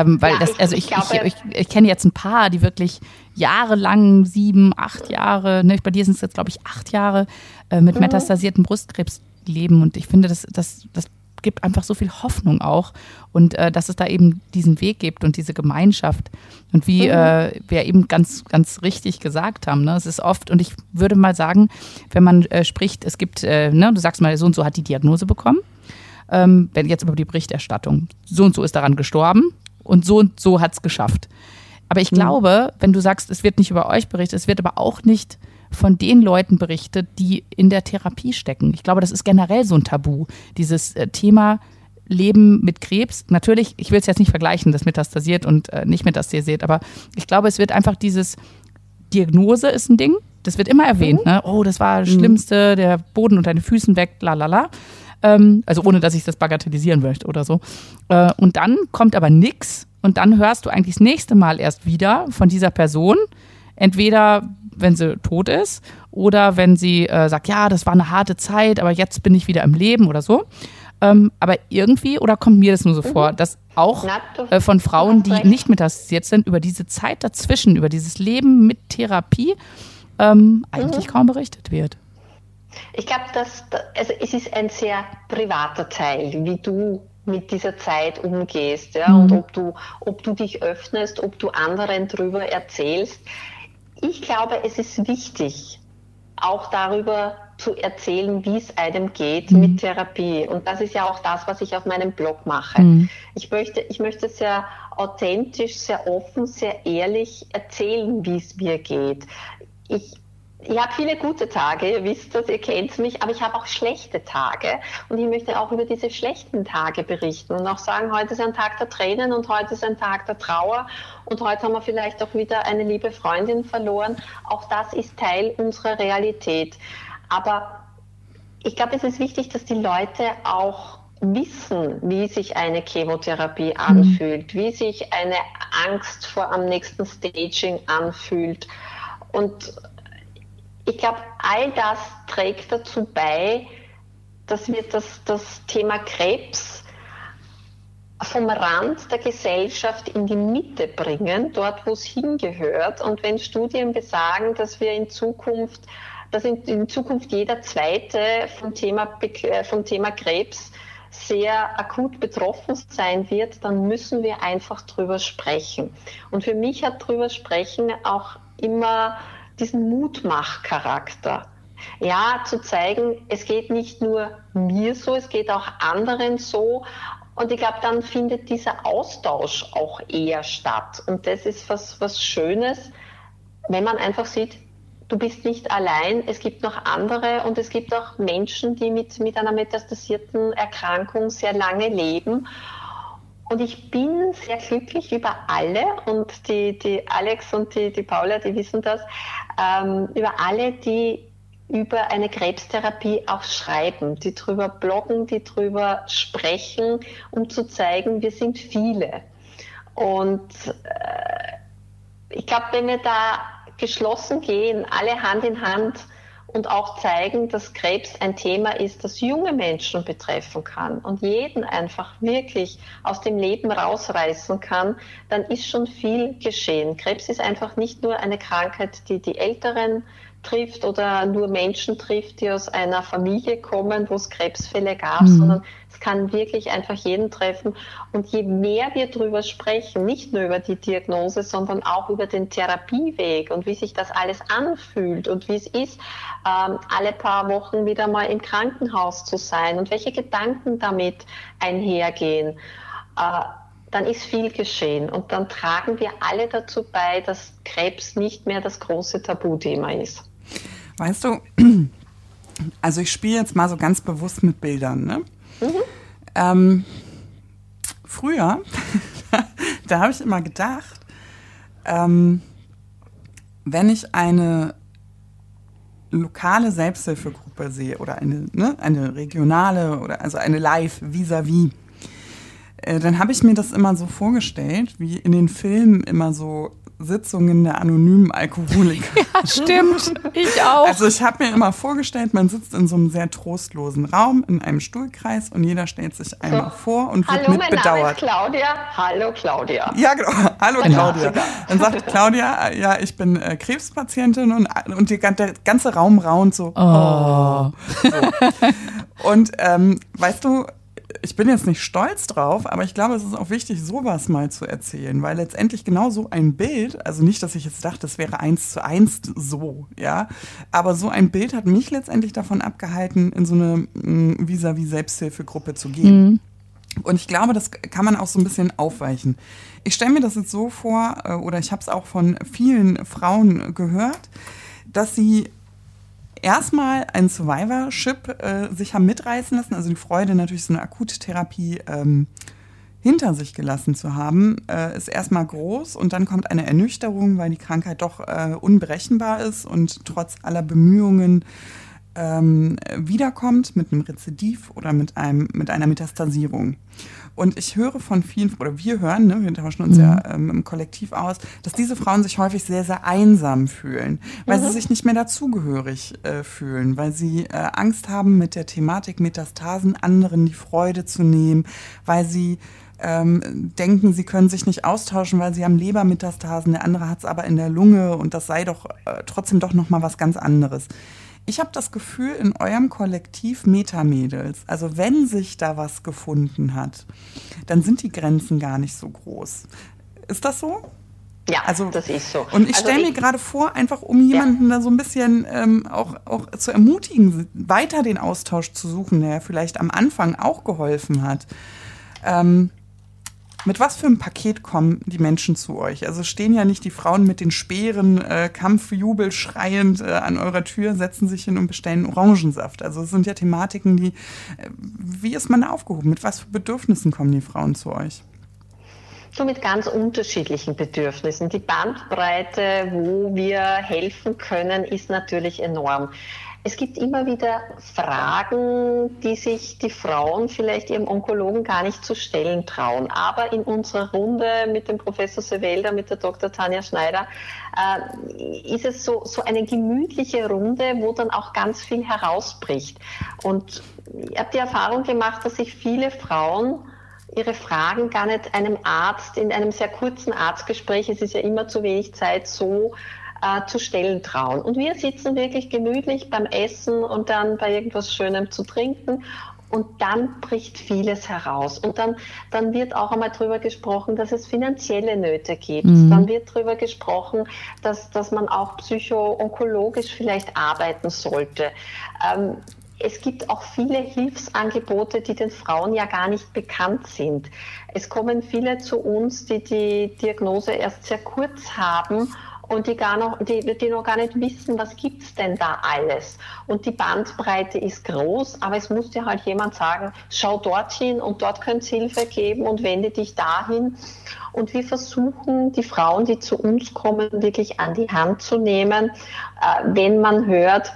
Ich kenne jetzt ein paar, die wirklich jahrelang, 7, 8 Jahre, ne, bei dir sind es jetzt, glaube ich, 8 Jahre mit metastasiertem Brustkrebs leben. Und ich finde, das gibt einfach so viel Hoffnung auch. Und dass es da eben diesen Weg gibt und diese Gemeinschaft. Und wie wir eben ganz, ganz richtig gesagt haben, ne, es ist oft, und ich würde mal sagen, wenn man spricht, es gibt, du sagst mal, so und so hat die Diagnose bekommen. Wenn jetzt über die Berichterstattung, so und so ist daran gestorben und so hat es geschafft. Aber ich glaube, wenn du sagst, es wird nicht über euch berichtet, es wird aber auch nicht von den Leuten berichtet, die in der Therapie stecken. Ich glaube, das ist generell so ein Tabu, dieses Thema Leben mit Krebs. Natürlich, ich will es jetzt nicht vergleichen, das metastasiert und nicht metastasiert, aber ich glaube, es wird einfach dieses Diagnose ist ein Ding, das wird immer erwähnt, ne? Oh, das war das Schlimmste, der Boden unter den Füßen weg, lalala. Also ohne, dass ich das bagatellisieren möchte oder so. Und dann kommt aber nix und dann hörst du eigentlich das nächste Mal erst wieder von dieser Person, entweder wenn sie tot ist oder wenn sie sagt, ja, das war eine harte Zeit, aber jetzt bin ich wieder im Leben oder so. Aber irgendwie, oder kommt mir das nur so vor, dass auch von Frauen, die nicht metastasiert sind, über diese Zeit dazwischen, über dieses Leben mit Therapie eigentlich kaum berichtet wird. Ich glaube, also es ist ein sehr privater Teil, wie du mit dieser Zeit umgehst, ja, und ob du dich öffnest, ob du anderen darüber erzählst. Ich glaube, es ist wichtig, auch darüber zu erzählen, wie es einem geht mit Therapie. Und das ist ja auch das, was ich auf meinem Blog mache. Ich möchte sehr authentisch, sehr offen, sehr ehrlich erzählen, wie es mir geht. Ich habe viele gute Tage, ihr wisst das, ihr kennt mich, aber ich habe auch schlechte Tage und ich möchte auch über diese schlechten Tage berichten und auch sagen, heute ist ein Tag der Tränen und heute ist ein Tag der Trauer und heute haben wir vielleicht auch wieder eine liebe Freundin verloren. Auch das ist Teil unserer Realität. Aber ich glaube, es ist wichtig, dass die Leute auch wissen, wie sich eine Chemotherapie anfühlt, wie sich eine Angst vor am nächsten Staging anfühlt. Und ich glaube, all das trägt dazu bei, dass wir das Thema Krebs vom Rand der Gesellschaft in die Mitte bringen, dort, wo es hingehört. Und wenn Studien besagen, dass wir in Zukunft jeder Zweite vom Thema Krebs sehr akut betroffen sein wird, dann müssen wir einfach drüber sprechen. Und für mich hat drüber sprechen auch immer diesen Mutmachcharakter. Ja, zu zeigen, es geht nicht nur mir so, es geht auch anderen so. Und ich glaube, dann findet dieser Austausch auch eher statt. Und das ist was Schönes, wenn man einfach sieht, du bist nicht allein, es gibt noch andere und es gibt auch Menschen, die mit einer metastasierten Erkrankung sehr lange leben. Und ich bin sehr glücklich über alle und die Alex und die Paula, die wissen das, über alle, die über eine Krebstherapie auch schreiben, die drüber bloggen, die drüber sprechen, um zu zeigen, wir sind viele. Und ich glaube, wenn wir da geschlossen gehen, alle Hand in Hand und auch zeigen, dass Krebs ein Thema ist, das junge Menschen betreffen kann und jeden einfach wirklich aus dem Leben rausreißen kann, dann ist schon viel geschehen. Krebs ist einfach nicht nur eine Krankheit, die die Älteren trifft oder nur Menschen trifft, die aus einer Familie kommen, wo es Krebsfälle gab, sondern es kann wirklich einfach jeden treffen. Und je mehr wir darüber sprechen, nicht nur über die Diagnose, sondern auch über den Therapieweg und wie sich das alles anfühlt und wie es ist, alle paar Wochen wieder mal im Krankenhaus zu sein und welche Gedanken damit einhergehen, dann ist viel geschehen. Und dann tragen wir alle dazu bei, dass Krebs nicht mehr das große Tabuthema ist. Weißt du, also ich spiele jetzt mal so ganz bewusst mit Bildern, ne? Früher, da habe ich immer gedacht, wenn ich eine lokale Selbsthilfegruppe sehe oder eine regionale oder also eine Live vis-à-vis, dann habe ich mir das immer so vorgestellt, wie in den Filmen immer so Sitzungen der anonymen Alkoholiker. Ja, stimmt. Ich auch. Also ich habe mir immer vorgestellt, man sitzt in so einem sehr trostlosen Raum in einem Stuhlkreis und jeder stellt sich einmal vor und wird mit bedauert. Hallo, mein Name ist Claudia. Hallo, Claudia. Ja, genau. Hallo, Claudia. Dann sagt Claudia, ja, ich bin Krebspatientin und der ganze Raum raunt so. Oh. So. Und weißt du, ich bin jetzt nicht stolz drauf, aber ich glaube, es ist auch wichtig, sowas mal zu erzählen, weil letztendlich genau so ein Bild, also nicht, dass ich jetzt dachte, das wäre 1:1 so, ja, aber so ein Bild hat mich letztendlich davon abgehalten, in so eine vis-à-vis Selbsthilfegruppe zu gehen. Und ich glaube, das kann man auch so ein bisschen aufweichen. Ich stelle mir das jetzt so vor, oder ich habe es auch von vielen Frauen gehört, dass sie erstmal ein Survivorship sich haben mitreißen lassen, also die Freude natürlich so eine Akuttherapie hinter sich gelassen zu haben, ist erstmal groß und dann kommt eine Ernüchterung, weil die Krankheit doch unberechenbar ist und trotz aller Bemühungen wiederkommt mit einem Rezidiv oder mit einer Metastasierung. Und ich höre von vielen, oder wir hören, ne, wir tauschen uns ja im Kollektiv aus, dass diese Frauen sich häufig sehr, sehr einsam fühlen, weil sie sich nicht mehr dazugehörig fühlen, weil sie Angst haben, mit der Thematik Metastasen anderen die Freude zu nehmen, weil sie denken, sie können sich nicht austauschen, weil sie haben Lebermetastasen, der andere hat es aber in der Lunge und das sei doch trotzdem doch nochmal was ganz anderes. Ich habe das Gefühl, in eurem Kollektiv Metamädels, also wenn sich da was gefunden hat, dann sind die Grenzen gar nicht so groß. Ist das so? Ja, also, das ist so. Und ich stelle mir gerade vor, einfach um jemanden da so ein bisschen auch zu ermutigen, weiter den Austausch zu suchen, der vielleicht am Anfang auch geholfen hat. Mit was für einem Paket kommen die Menschen zu euch? Also stehen ja nicht die Frauen mit den Speeren, Kampfjubel schreiend an eurer Tür, setzen sich hin und bestellen Orangensaft. Also es sind ja Thematiken, die, wie ist man da aufgehoben? Mit was für Bedürfnissen kommen die Frauen zu euch? So mit ganz unterschiedlichen Bedürfnissen. Die Bandbreite, wo wir helfen können, ist natürlich enorm. Es gibt immer wieder Fragen, die sich die Frauen vielleicht ihrem Onkologen gar nicht zu stellen trauen. Aber in unserer Runde mit dem Professor Sewelder, mit der Dr. Tanja Schneider, ist es so eine gemütliche Runde, wo dann auch ganz viel herausbricht. Und ich habe die Erfahrung gemacht, dass sich viele Frauen ihre Fragen gar nicht einem Arzt in einem sehr kurzen Arztgespräch, es ist ja immer zu wenig Zeit, so zu stellen trauen. Und wir sitzen wirklich gemütlich beim Essen und dann bei irgendwas Schönem zu trinken und dann bricht vieles heraus. Und dann wird auch einmal drüber gesprochen, dass es finanzielle Nöte gibt. Dann wird drüber gesprochen, dass man auch psycho-onkologisch vielleicht arbeiten sollte. Es gibt auch viele Hilfsangebote, die den Frauen ja gar nicht bekannt sind. Es kommen viele zu uns, die die Diagnose erst sehr kurz haben und die noch gar nicht wissen, was gibt's denn da alles. Und die Bandbreite ist groß, aber es muss dir halt jemand sagen, schau dorthin und dort könnte es Hilfe geben und wende dich dahin. Und wir versuchen, die Frauen, die zu uns kommen, wirklich an die Hand zu nehmen, wenn man hört,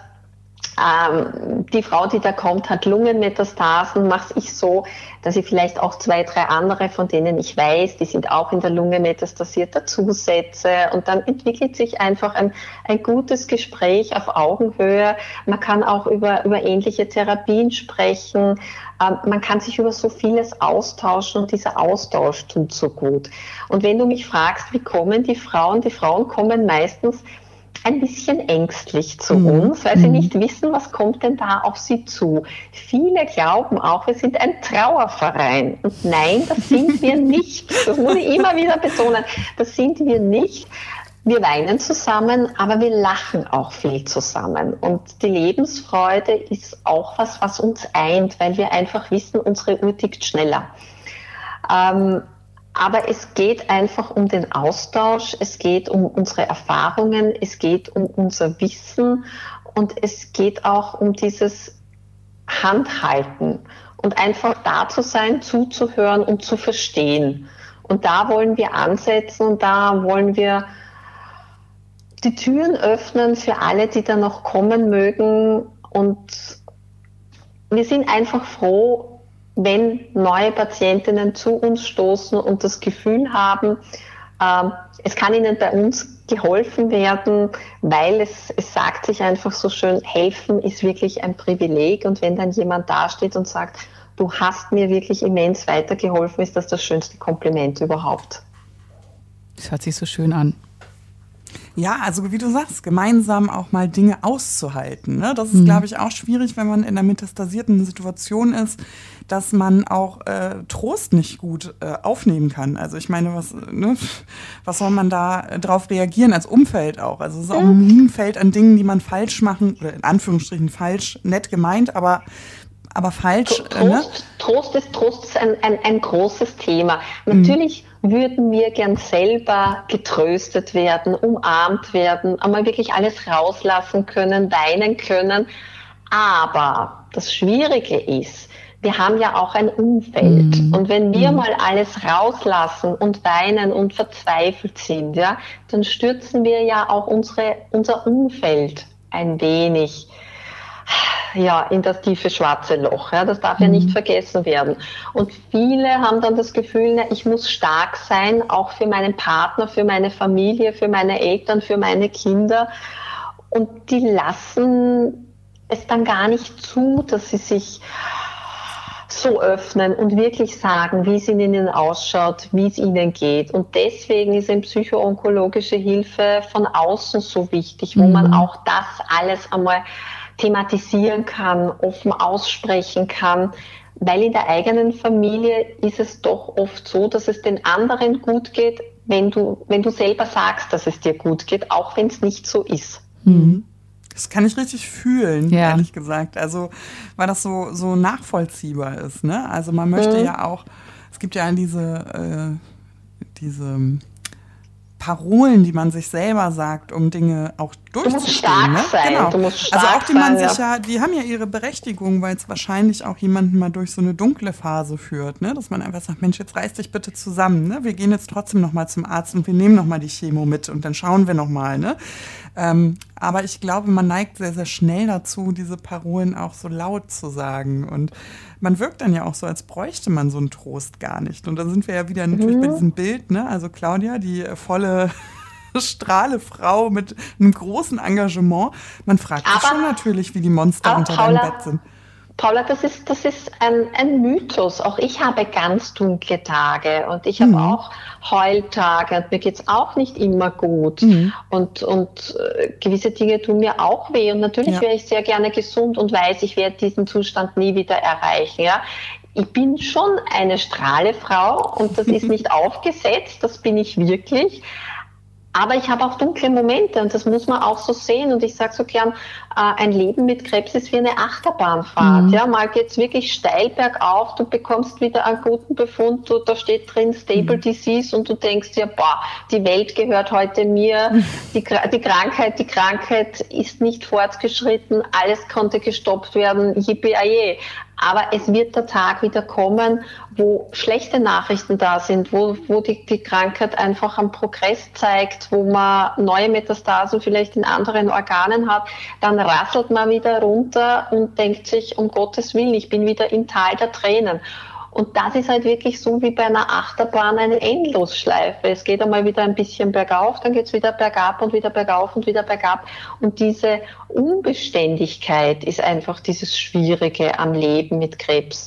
die Frau, die da kommt, hat Lungenmetastasen, mache ich so, dass ich vielleicht auch 2, 3 andere, von denen ich weiß, die sind auch in der Lunge metastasiert, dazusetze. Und dann entwickelt sich einfach ein gutes Gespräch auf Augenhöhe. Man kann auch über ähnliche Therapien sprechen. Man kann sich über so vieles austauschen und dieser Austausch tut so gut. Und wenn du mich fragst, wie kommen die Frauen kommen meistens ein bisschen ängstlich zu uns, weil sie nicht wissen, was kommt denn da auf sie zu. Viele glauben auch, wir sind ein Trauerverein. Und nein, das sind wir nicht. Das muss ich immer wieder betonen. Das sind wir nicht. Wir weinen zusammen, aber wir lachen auch viel zusammen. Und die Lebensfreude ist auch was uns eint, weil wir einfach wissen, unsere Uhr tickt schneller. Aber es geht einfach um den Austausch, es geht um unsere Erfahrungen, es geht um unser Wissen und es geht auch um dieses Handhalten und einfach da zu sein, zuzuhören und zu verstehen. Und da wollen wir ansetzen und da wollen wir die Türen öffnen für alle, die da noch kommen mögen. Und wir sind einfach froh, wenn neue Patientinnen zu uns stoßen und das Gefühl haben, es kann ihnen bei uns geholfen werden, weil es sagt sich einfach so schön, helfen ist wirklich ein Privileg. Und wenn dann jemand dasteht und sagt, du hast mir wirklich immens weitergeholfen, ist das schönste Kompliment überhaupt. Das hört sich so schön an. Ja, also wie du sagst, gemeinsam auch mal Dinge auszuhalten. Ne? Das ist, glaube ich, auch schwierig, wenn man in einer metastasierten Situation ist, dass man auch Trost nicht gut aufnehmen kann. Also ich meine, was soll man da drauf reagieren als Umfeld auch? Also es ist auch ein Minenfeld an Dingen, die man falsch machen, oder in Anführungsstrichen falsch, nett gemeint, aber falsch. Trost ist ein großes Thema. Natürlich würden wir gern selber getröstet werden, umarmt werden, einmal wirklich alles rauslassen können, weinen können. Aber das Schwierige ist, wir haben ja auch ein Umfeld. Und wenn wir mal alles rauslassen und weinen und verzweifelt sind, ja, dann stürzen wir ja auch unser Umfeld ein wenig in das tiefe schwarze Loch. Ja, das darf ja nicht vergessen werden. Und viele haben dann das Gefühl, ich muss stark sein, auch für meinen Partner, für meine Familie, für meine Eltern, für meine Kinder. Und die lassen es dann gar nicht zu, dass sie sich so öffnen und wirklich sagen, wie es in ihnen ausschaut, wie es ihnen geht. Und deswegen ist eine psycho-onkologische Hilfe von außen so wichtig, wo man auch das alles einmal thematisieren kann, offen aussprechen kann, weil in der eigenen Familie ist es doch oft so, dass es den anderen gut geht, wenn du selber sagst, dass es dir gut geht, auch wenn es nicht so ist. Das kann ich richtig fühlen, ehrlich gesagt. Also, weil das so nachvollziehbar ist, ne? Also man möchte ja auch es gibt ja diese Parolen, die man sich selber sagt, um Dinge auch durchzustehen. Ne? Genau. Du musst stark also auch die man sein, sich die haben ja ihre Berechtigung, weil es wahrscheinlich auch jemanden mal durch so eine dunkle Phase führt, ne? Dass man einfach sagt, Mensch, jetzt reiß dich bitte zusammen, ne? Wir gehen jetzt trotzdem noch mal zum Arzt und wir nehmen noch mal die Chemo mit und dann schauen wir noch mal, ne? Aber ich glaube, man neigt sehr, sehr schnell dazu, diese Parolen auch so laut zu sagen. Und man wirkt dann ja auch so, als bräuchte man so einen Trost gar nicht. Und da sind wir ja wieder natürlich bei diesem Bild, ne? Also Claudia, die volle Strahlefrau mit einem großen Engagement. Man fragt sich schon natürlich, wie die Monster unter deinem Bett sind. Paula, das ist ein Mythos. Auch ich habe ganz dunkle Tage und ich habe auch Heultage und mir geht's auch nicht immer gut. Und gewisse Dinge tun mir auch weh. Und natürlich wäre ich sehr gerne gesund und weiß, ich werde diesen Zustand nie wieder erreichen. Ja? Ich bin schon eine Strahlefrau und das ist nicht aufgesetzt, das bin ich wirklich. Aber ich habe auch dunkle Momente und das muss man auch so sehen. Und ich sage so gern, ein Leben mit Krebs ist wie eine Achterbahnfahrt. Ja, mal geht's wirklich steil bergauf, du bekommst wieder einen guten Befund, da steht drin Stable Disease und du denkst dir, boah, die Welt gehört heute mir, die Krankheit ist nicht fortgeschritten, alles konnte gestoppt werden, yippie-aye. Aber es wird der Tag wieder kommen, wo schlechte Nachrichten da sind, wo die Krankheit einfach einen Progress zeigt, wo man neue Metastasen vielleicht in anderen Organen hat, dann rasselt man wieder runter und denkt sich, um Gottes Willen, ich bin wieder im Tal der Tränen. Und das ist halt wirklich so wie bei einer Achterbahn eine Endlosschleife. Es geht einmal wieder ein bisschen bergauf, dann geht es wieder bergab und wieder bergauf und wieder bergab. Und diese Unbeständigkeit ist einfach dieses Schwierige am Leben mit Krebs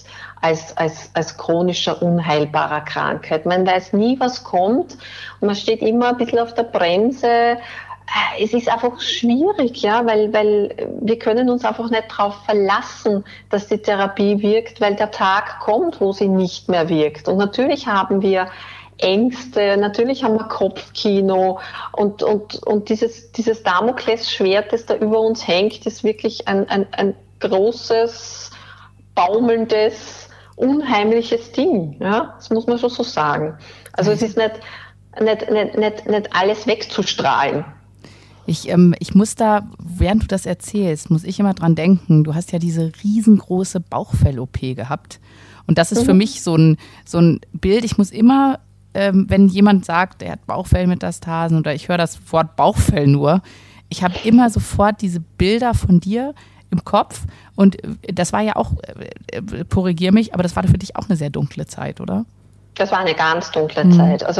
als chronischer, unheilbarer Krankheit. Man weiß nie, was kommt und man steht immer ein bisschen auf der Bremse. Es ist einfach schwierig, ja, weil wir können uns einfach nicht darauf verlassen, dass die Therapie wirkt, weil der Tag kommt, wo sie nicht mehr wirkt. Und natürlich haben wir Ängste, natürlich haben wir Kopfkino und dieses Damoklesschwert, das da über uns hängt, ist wirklich ein großes, baumelndes, unheimliches Ding, ja, das muss man schon so sagen. Also es ist nicht alles wegzustrahlen. Ich muss da, während du das erzählst, muss ich immer dran denken, du hast ja diese riesengroße Bauchfell-OP gehabt. Und das ist für mich so ein Bild, ich muss immer, wenn jemand sagt, er hat Bauchfellmetastasen oder ich höre das Wort Bauchfell nur, ich habe immer sofort diese Bilder von dir im Kopf. Und das war ja auch, korrigier mich, aber das war für dich auch eine sehr dunkle Zeit, oder? Das war eine ganz dunkle Zeit. Also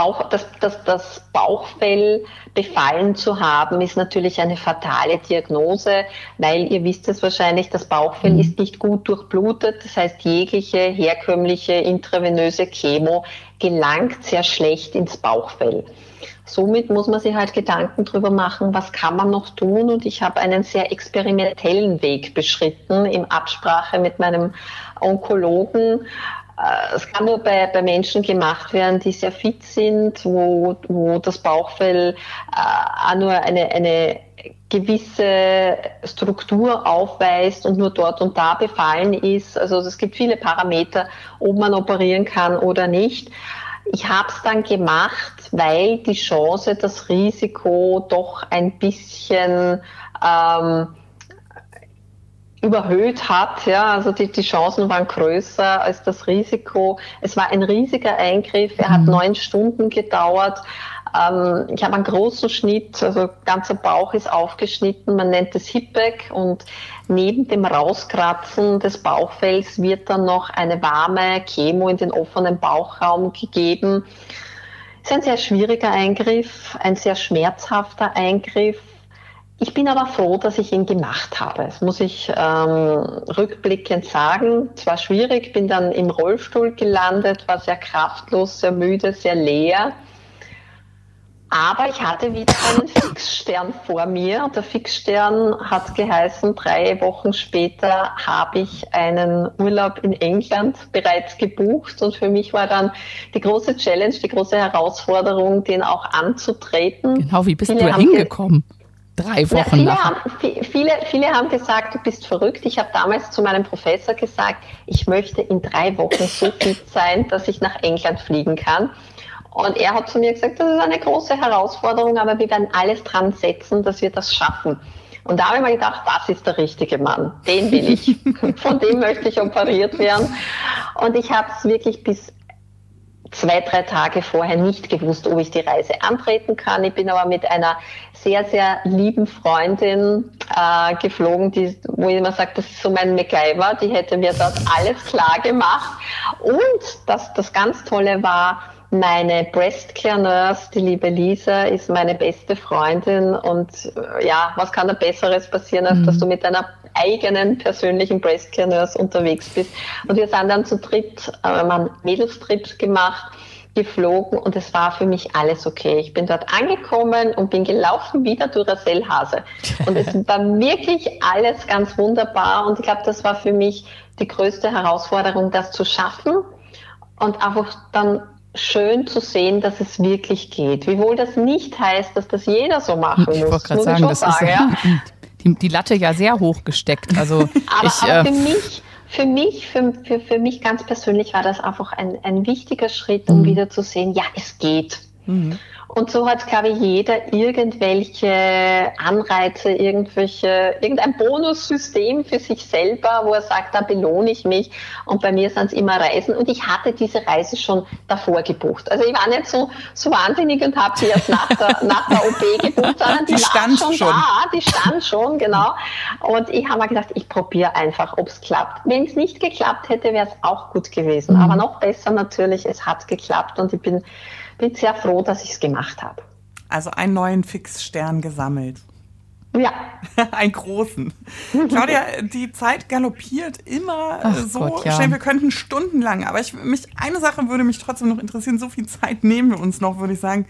das Bauchfell befallen zu haben, ist natürlich eine fatale Diagnose, weil ihr wisst es wahrscheinlich, das Bauchfell ist nicht gut durchblutet. Das heißt, jegliche herkömmliche intravenöse Chemo gelangt sehr schlecht ins Bauchfell. Somit muss man sich halt Gedanken drüber machen, was kann man noch tun? Und ich habe einen sehr experimentellen Weg beschritten in Absprache mit meinem Onkologen. Es kann nur bei Menschen gemacht werden, die sehr fit sind, wo das Bauchfell auch nur eine gewisse Struktur aufweist und nur dort und da befallen ist. Also es gibt viele Parameter, ob man operieren kann oder nicht. Ich habe es dann gemacht, weil die Chance, das Risiko doch ein bisschen überhöht hat, ja, also die Chancen waren größer als das Risiko. Es war ein riesiger Eingriff, er hat 9 Stunden gedauert. Ich habe einen großen Schnitt, also ganzer Bauch ist aufgeschnitten, man nennt es Hipback und neben dem Rauskratzen des Bauchfells wird dann noch eine warme Chemo in den offenen Bauchraum gegeben. Es ist ein sehr schwieriger Eingriff, ein sehr schmerzhafter Eingriff. Ich bin aber froh, dass ich ihn gemacht habe. Das muss ich rückblickend sagen. Es war schwierig, bin dann im Rollstuhl gelandet, war sehr kraftlos, sehr müde, sehr leer. Aber ich hatte wieder einen Fixstern vor mir. Der Fixstern hat geheißen, 3 Wochen später habe ich einen Urlaub in England bereits gebucht. Und für mich war dann die große Challenge, die große Herausforderung, den auch anzutreten. Genau, wie bist du da hingekommen? 3 Wochen nach. Viele haben gesagt, du bist verrückt. Ich habe damals zu meinem Professor gesagt, ich möchte in 3 Wochen so fit sein, dass ich nach England fliegen kann. Und er hat zu mir gesagt, das ist eine große Herausforderung, aber wir werden alles dran setzen, dass wir das schaffen. Und da habe ich mir gedacht, das ist der richtige Mann, den will ich, von dem möchte ich operiert werden. Und ich habe es wirklich bis 2-3 Tage vorher nicht gewusst, ob ich die Reise antreten kann. Ich bin aber mit einer sehr, sehr lieben Freundin geflogen, wo ich immer sage, das ist so mein MacGyver, die hätte mir dort alles klar gemacht. Und das ganz Tolle war, meine Breast Care Nurse, die liebe Lisa, ist meine beste Freundin und ja, was kann da Besseres passieren, als dass du mit deiner eigenen persönlichen Breast Care Nurse unterwegs bist. Und wir sind dann zu dritt, wir haben Mädelstrips gemacht, geflogen und es war für mich alles okay. Ich bin dort angekommen und bin gelaufen wie der Duracell-Hase. Und es war wirklich alles ganz wunderbar und ich glaube, das war für mich die größte Herausforderung, das zu schaffen und einfach dann schön zu sehen, dass es wirklich geht. Wiewohl das nicht heißt, dass das jeder so machen muss. Ich wollte gerade sagen, das ist ja die Latte ja sehr hoch gesteckt. Also aber für mich ganz persönlich war das einfach ein wichtiger Schritt, um wieder zu sehen, ja, es geht. Mhm. Und so hat, glaube ich, jeder irgendwelche Anreize, irgendein Bonussystem für sich selber, wo er sagt, da belohne ich mich. Und bei mir sind es immer Reisen. Und ich hatte diese Reise schon davor gebucht. Also ich war nicht so wahnsinnig und habe sie erst nach der OP gebucht, sondern die stand schon da. Die stand schon, genau. Und ich habe mir gedacht, ich probiere einfach, ob es klappt. Wenn es nicht geklappt hätte, wäre es auch gut gewesen. Aber noch besser natürlich, es hat geklappt und ich bin sehr froh, dass ich es gemacht habe. Also einen neuen Fixstern gesammelt. Ja. Einen großen. Claudia, die Zeit galoppiert immer schnell. Wir könnten stundenlang, aber eine Sache würde mich trotzdem noch interessieren. So viel Zeit nehmen wir uns noch, würde ich sagen.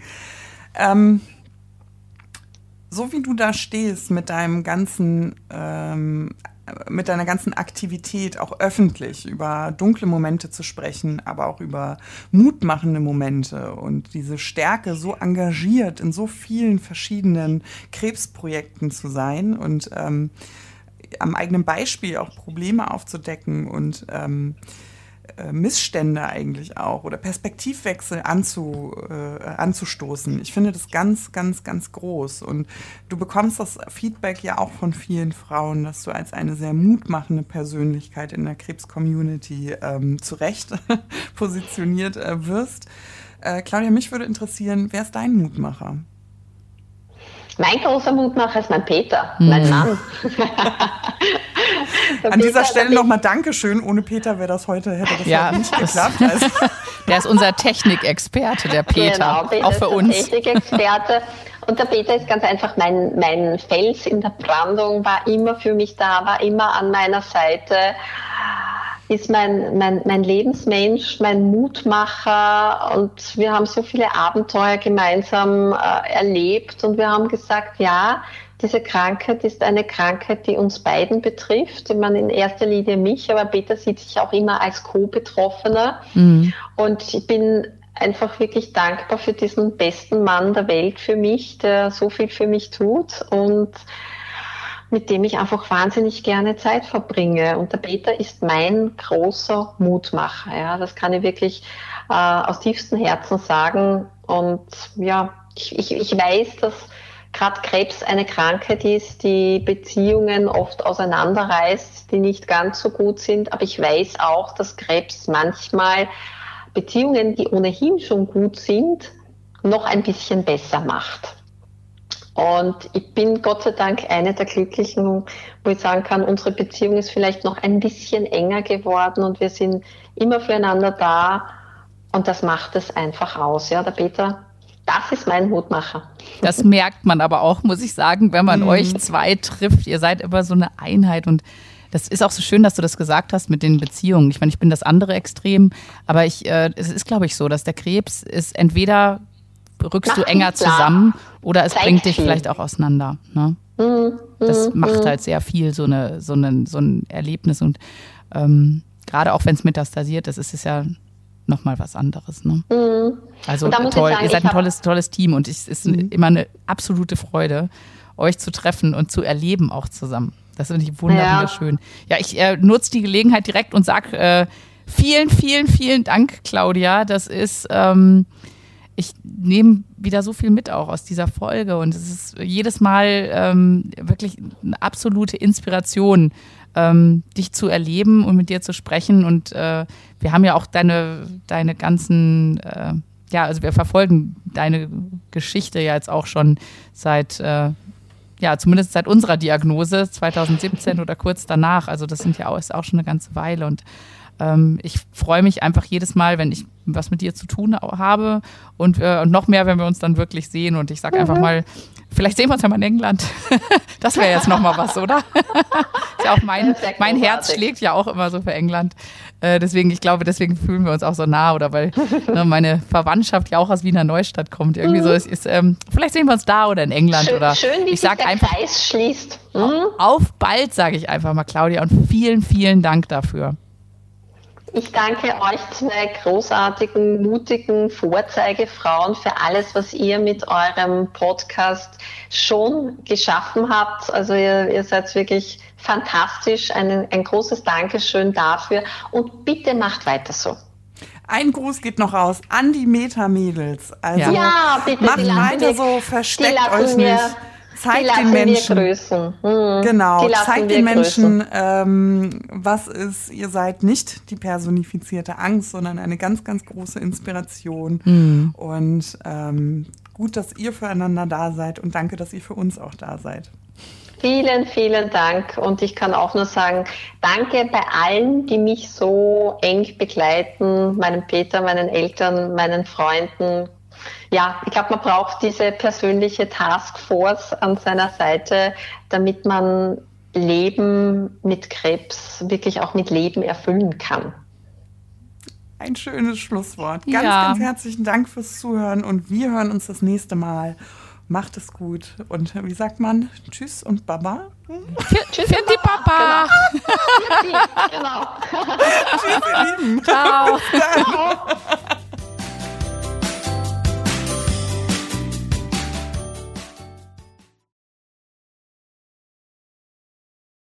So wie du da stehst mit deinem ganzen mit deiner ganzen Aktivität, auch öffentlich, über dunkle Momente zu sprechen, aber auch über mutmachende Momente und diese Stärke, so engagiert in so vielen verschiedenen Krebsprojekten zu sein und am eigenen Beispiel auch Probleme aufzudecken und Missstände eigentlich auch oder Perspektivwechsel anzustoßen. Ich finde das ganz, ganz, ganz groß. Und du bekommst das Feedback ja auch von vielen Frauen, dass du als eine sehr mutmachende Persönlichkeit in der Krebs-Community zu Recht positioniert wirst. Claudia, mich würde interessieren, wer ist dein Mutmacher? Mein großer Mutmacher ist mein Peter, mein Mann. An dieser Stelle nochmal Dankeschön. Ohne Peter hätte das heute nicht geklappt. Also. Der ist unser Technikexperte, der Peter. Genau, Peter auch für uns. Technikexperte. Und der Peter ist ganz einfach mein Fels in der Brandung, war immer für mich da, war immer an meiner Seite. Ist mein Lebensmensch, mein Mutmacher und wir haben so viele Abenteuer gemeinsam erlebt und wir haben gesagt, ja, diese Krankheit ist eine Krankheit, die uns beiden betrifft. Ich meine, in erster Linie mich, aber Peter sieht sich auch immer als Co-Betroffener. Mhm. Und ich bin einfach wirklich dankbar für diesen besten Mann der Welt für mich, der so viel für mich tut und mit dem ich einfach wahnsinnig gerne Zeit verbringe. Und der Peter ist mein großer Mutmacher. Ja, das kann ich wirklich aus tiefstem Herzen sagen. Und ja, ich weiß, dass gerade Krebs eine Krankheit ist, die Beziehungen oft auseinanderreißt, die nicht ganz so gut sind. Aber ich weiß auch, dass Krebs manchmal Beziehungen, die ohnehin schon gut sind, noch ein bisschen besser macht. Und ich bin Gott sei Dank eine der Glücklichen, wo ich sagen kann, unsere Beziehung ist vielleicht noch ein bisschen enger geworden und wir sind immer füreinander da und das macht es einfach aus. Ja, der Peter, das ist mein Mutmacher. Das merkt man aber auch, muss ich sagen, wenn man euch zwei trifft. Ihr seid immer so eine Einheit und das ist auch so schön, dass du das gesagt hast mit den Beziehungen. Ich meine, ich bin das andere Extrem, aber es ist, glaube ich, so, dass der Krebs ist entweder rückst du enger zusammen oder es bringt dich vielleicht auch auseinander. Ne? Das macht halt sehr viel, so ein Erlebnis. Und gerade auch wenn es metastasiert ist, ist es ja nochmal was anderes. Ne? Also toll, ihr seid ein tolles Team und es ist immer eine absolute Freude. euch zu treffen und zu erleben auch zusammen. Das finde ich wunderschön. Ja, ich nutze die Gelegenheit direkt und sage vielen, vielen, vielen Dank, Claudia. Das ist, ich nehme wieder so viel mit auch aus dieser Folge und es ist jedes Mal wirklich eine absolute Inspiration, dich zu erleben und mit dir zu sprechen. Und wir haben ja auch deine ganzen, also wir verfolgen deine Geschichte ja jetzt auch schon seit zumindest seit unserer Diagnose 2017 oder kurz danach. Also das ist auch schon eine ganze Weile und ich freue mich einfach jedes Mal, wenn ich was mit dir zu tun habe und noch mehr, wenn wir uns dann wirklich sehen und ich sage einfach mal, vielleicht sehen wir uns ja mal in England. Das wäre jetzt nochmal was, oder? Ist ja auch mein Herz schlägt ja auch immer so für England. Deswegen fühlen wir uns auch so nah oder weil meine Verwandtschaft ja auch aus Wiener Neustadt kommt. Irgendwie so, vielleicht sehen wir uns da oder in England. Schön, wie sich der Kreis schließt. Auf bald, sage ich einfach mal, Claudia, und vielen, vielen Dank dafür. Ich danke euch zwei großartigen, mutigen Vorzeigefrauen für alles, was ihr mit eurem Podcast schon geschaffen habt. Also ihr seid wirklich fantastisch. Ein großes Dankeschön dafür und bitte macht weiter so. Ein Gruß geht noch raus an die Meta-Mädels. Also bitte, macht weiter so, versteckt euch nicht. Zeigt den Menschen, genau, zeigt den Menschen, was ist, ihr seid nicht die personifizierte Angst, sondern eine ganz, ganz große Inspiration. Und gut, dass ihr füreinander da seid und danke, dass ihr für uns auch da seid. Vielen, vielen Dank und ich kann auch nur sagen, danke bei allen, die mich so eng begleiten, meinem Peter, meinen Eltern, meinen Freunden. Ja, ich glaube, man braucht diese persönliche Taskforce an seiner Seite, damit man Leben mit Krebs wirklich auch mit Leben erfüllen kann. Ein schönes Schlusswort. Ganz herzlichen Dank fürs Zuhören und wir hören uns das nächste Mal. Macht es gut. Und wie sagt man? Tschüss und Baba. Tschüss und die Papa. Genau. Tschüss, ihr Lieben. Ciao. Bis dann.